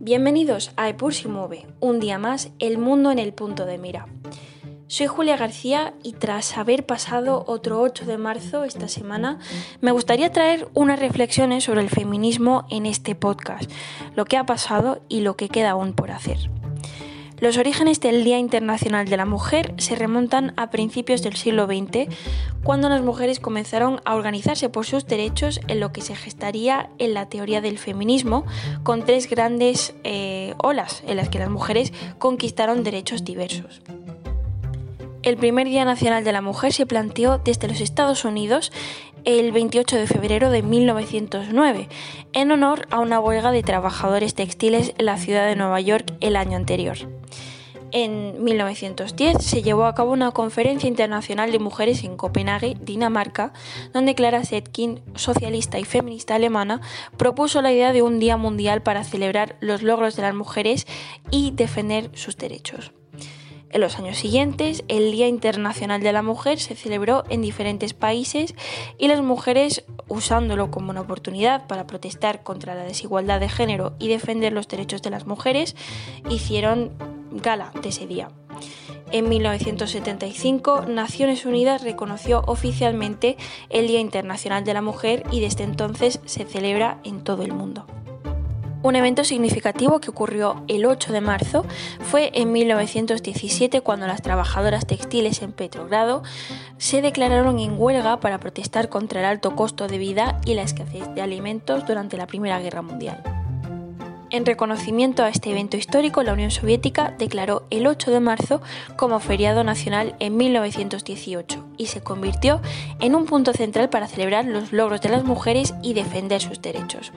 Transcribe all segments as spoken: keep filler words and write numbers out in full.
Bienvenidos a Epur si mueve, un día más, el mundo en el punto de mira. Soy Julia García y tras haber pasado otro ocho de marzo esta semana, me gustaría traer unas reflexiones sobre el feminismo en este podcast, lo que ha pasado y lo que queda aún por hacer. Los orígenes del Día Internacional de la Mujer se remontan a principios del siglo veinte, cuando las mujeres comenzaron a organizarse por sus derechos en lo que se gestaría en la teoría del feminismo, con tres grandes eh, olas en las que las mujeres conquistaron derechos diversos. El primer Día Nacional de la Mujer se planteó desde los Estados Unidos el veintiocho de febrero de mil novecientos nueve, en honor a una huelga de trabajadores textiles en la ciudad de Nueva York el año anterior. En mil novecientos diez se llevó a cabo una conferencia internacional de mujeres en Copenhague, Dinamarca, donde Clara Zetkin, socialista y feminista alemana, propuso la idea de un día mundial para celebrar los logros de las mujeres y defender sus derechos. En los años siguientes, el Día Internacional de la Mujer se celebró en diferentes países y las mujeres, usándolo como una oportunidad para protestar contra la desigualdad de género y defender los derechos de las mujeres, hicieron gala de ese día. En mil novecientos setenta y cinco, Naciones Unidas reconoció oficialmente el Día Internacional de la Mujer y desde entonces se celebra en todo el mundo. Un evento significativo que ocurrió el ocho de marzo fue en mil novecientos diecisiete, cuando las trabajadoras textiles en Petrogrado se declararon en huelga para protestar contra el alto costo de vida y la escasez de alimentos durante la Primera Guerra Mundial. En reconocimiento a este evento histórico, la Unión Soviética declaró el ocho de marzo como feriado nacional en mil novecientos dieciocho y se convirtió en un punto central para celebrar los logros de las mujeres y defender sus derechos.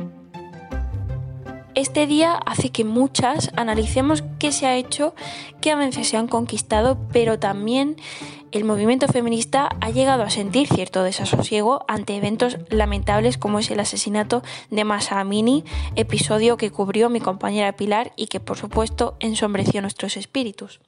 Este día hace que muchas analicemos qué se ha hecho, qué avances se han conquistado, pero también el movimiento feminista ha llegado a sentir cierto desasosiego ante eventos lamentables como es el asesinato de Mahsa Amini, episodio que cubrió mi compañera Pilar y que por supuesto ensombreció nuestros espíritus.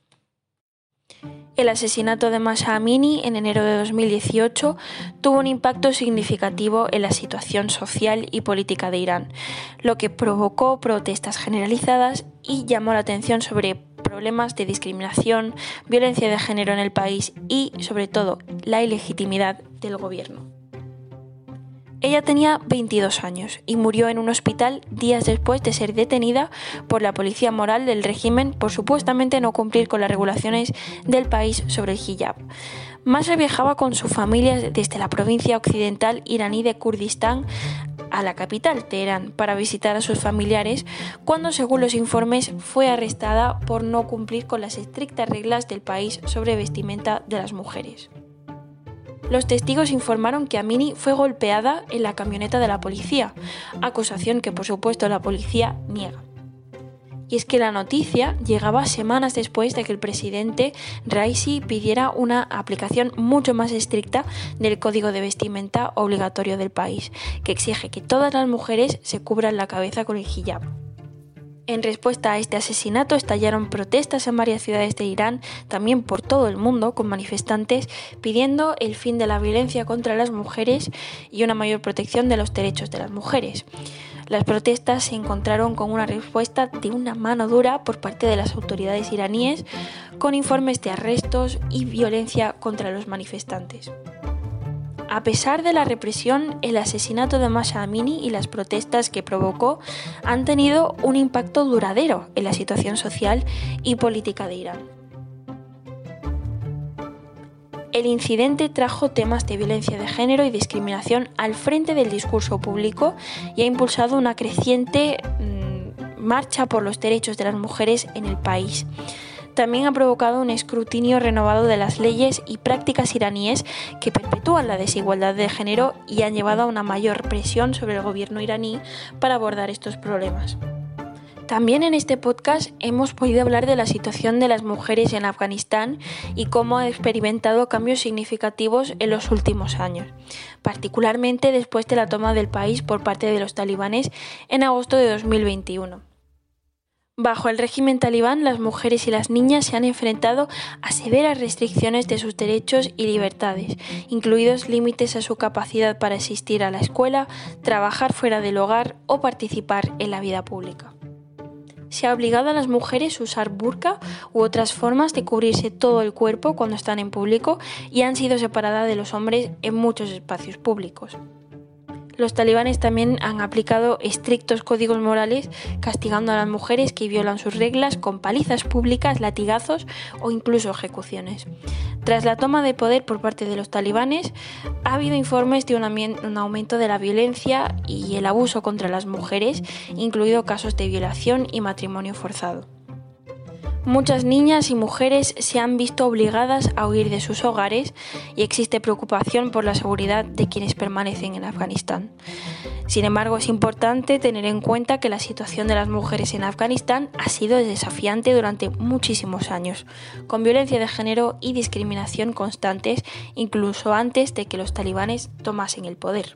El asesinato de Mahsa Amini en enero de dos mil dieciocho tuvo un impacto significativo en la situación social y política de Irán, lo que provocó protestas generalizadas y llamó la atención sobre problemas de discriminación, violencia de género en el país y, sobre todo, la ilegitimidad del gobierno. Ella tenía veintidós años y murió en un hospital días después de ser detenida por la policía moral del régimen por supuestamente no cumplir con las regulaciones del país sobre el hijab. Mahsa viajaba con su familia desde la provincia occidental iraní de Kurdistán a la capital, Teherán, para visitar a sus familiares, cuando, según los informes, fue arrestada por no cumplir con las estrictas reglas del país sobre vestimenta de las mujeres. Los testigos informaron que Amini fue golpeada en la camioneta de la policía, acusación que por supuesto la policía niega. Y es que la noticia llegaba semanas después de que el presidente Raisi pidiera una aplicación mucho más estricta del código de vestimenta obligatorio del país, que exige que todas las mujeres se cubran la cabeza con el hijab. En respuesta a este asesinato estallaron protestas en varias ciudades de Irán, también por todo el mundo, con manifestantes pidiendo el fin de la violencia contra las mujeres y una mayor protección de los derechos de las mujeres. Las protestas se encontraron con una respuesta de una mano dura por parte de las autoridades iraníes, con informes de arrestos y violencia contra los manifestantes. A pesar de la represión, el asesinato de Mahsa Amini y las protestas que provocó han tenido un impacto duradero en la situación social y política de Irán. El incidente trajo temas de violencia de género y discriminación al frente del discurso público y ha impulsado una creciente mmm, marcha por los derechos de las mujeres en el país. También ha provocado un escrutinio renovado de las leyes y prácticas iraníes que perpetúan la desigualdad de género y han llevado a una mayor presión sobre el gobierno iraní para abordar estos problemas. También en este podcast hemos podido hablar de la situación de las mujeres en Afganistán y cómo ha experimentado cambios significativos en los últimos años, particularmente después de la toma del país por parte de los talibanes en agosto de dos mil veintiuno. Bajo el régimen talibán, las mujeres y las niñas se han enfrentado a severas restricciones de sus derechos y libertades, incluidos límites a su capacidad para asistir a la escuela, trabajar fuera del hogar o participar en la vida pública. se ha obligado a las mujeres a usar burka u otras formas de cubrirse todo el cuerpo cuando están en público y han sido separadas de los hombres en muchos espacios públicos. Los talibanes también han aplicado estrictos códigos morales castigando a las mujeres que violan sus reglas con palizas públicas, latigazos o incluso ejecuciones. Tras la toma de poder por parte de los talibanes, ha habido informes de un aumento de la violencia y el abuso contra las mujeres, incluido casos de violación y matrimonio forzado. Muchas niñas y mujeres se han visto obligadas a huir de sus hogares y existe preocupación por la seguridad de quienes permanecen en Afganistán. Sin embargo, es importante tener en cuenta que la situación de las mujeres en Afganistán ha sido desafiante durante muchísimos años, con violencia de género y discriminación constantes, incluso antes de que los talibanes tomasen el poder.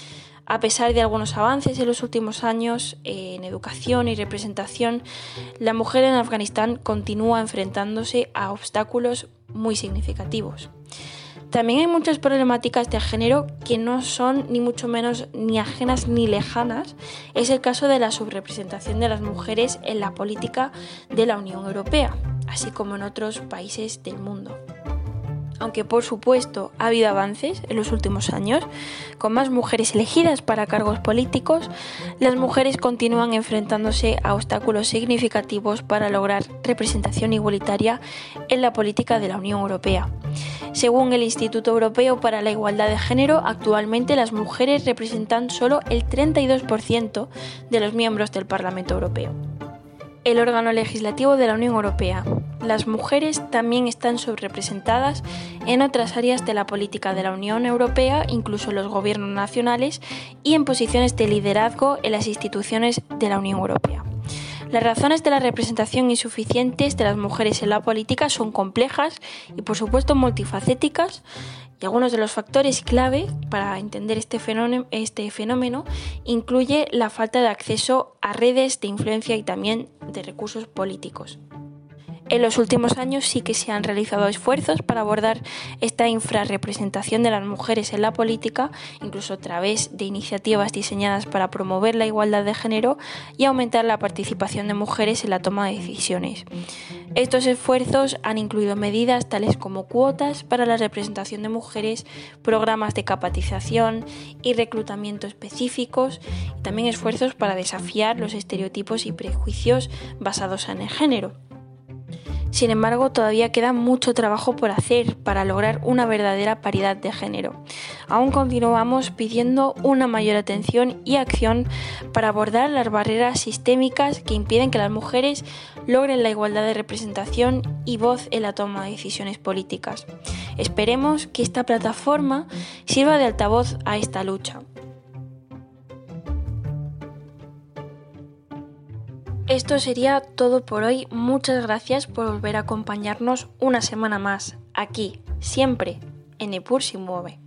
A pesar de algunos avances en los últimos años en educación y representación, la mujer en Afganistán continúa enfrentándose a obstáculos muy significativos. También hay muchas problemáticas de género que no son ni mucho menos ni ajenas ni lejanas. Es el caso de la subrepresentación de las mujeres en la política de la Unión Europea, así como en otros países del mundo. Aunque por supuesto ha habido avances en los últimos años, con más mujeres elegidas para cargos políticos, las mujeres continúan enfrentándose a obstáculos significativos para lograr representación igualitaria en la política de la Unión Europea. Según el Instituto Europeo para la Igualdad de Género, actualmente las mujeres representan solo el treinta y dos por ciento de los miembros del Parlamento Europeo. El órgano legislativo de la Unión Europea. Las mujeres también están subrepresentadas en otras áreas de la política de la Unión Europea, incluso en los gobiernos nacionales y en posiciones de liderazgo en las instituciones de la Unión Europea. Las razones de la representación insuficientes de las mujeres en la política son complejas y, por supuesto, multifacéticas. Y algunos de los factores clave para entender este fenómeno, este fenómeno incluye la falta de acceso a redes de influencia y también de recursos políticos. En los últimos años sí que se han realizado esfuerzos para abordar esta infrarrepresentación de las mujeres en la política, incluso a través de iniciativas diseñadas para promover la igualdad de género y aumentar la participación de mujeres en la toma de decisiones. Estos esfuerzos han incluido medidas tales como cuotas para la representación de mujeres, programas de capacitación y reclutamiento específicos, y también esfuerzos para desafiar los estereotipos y prejuicios basados en el género. Sin embargo, todavía queda mucho trabajo por hacer para lograr una verdadera paridad de género. Aún continuamos pidiendo una mayor atención y acción para abordar las barreras sistémicas que impiden que las mujeres logren la igualdad de representación y voz en la toma de decisiones políticas. Esperemos que esta plataforma sirva de altavoz a esta lucha. Esto sería todo por hoy. Muchas gracias por volver a acompañarnos una semana más, aquí, siempre, en Epur si mueve.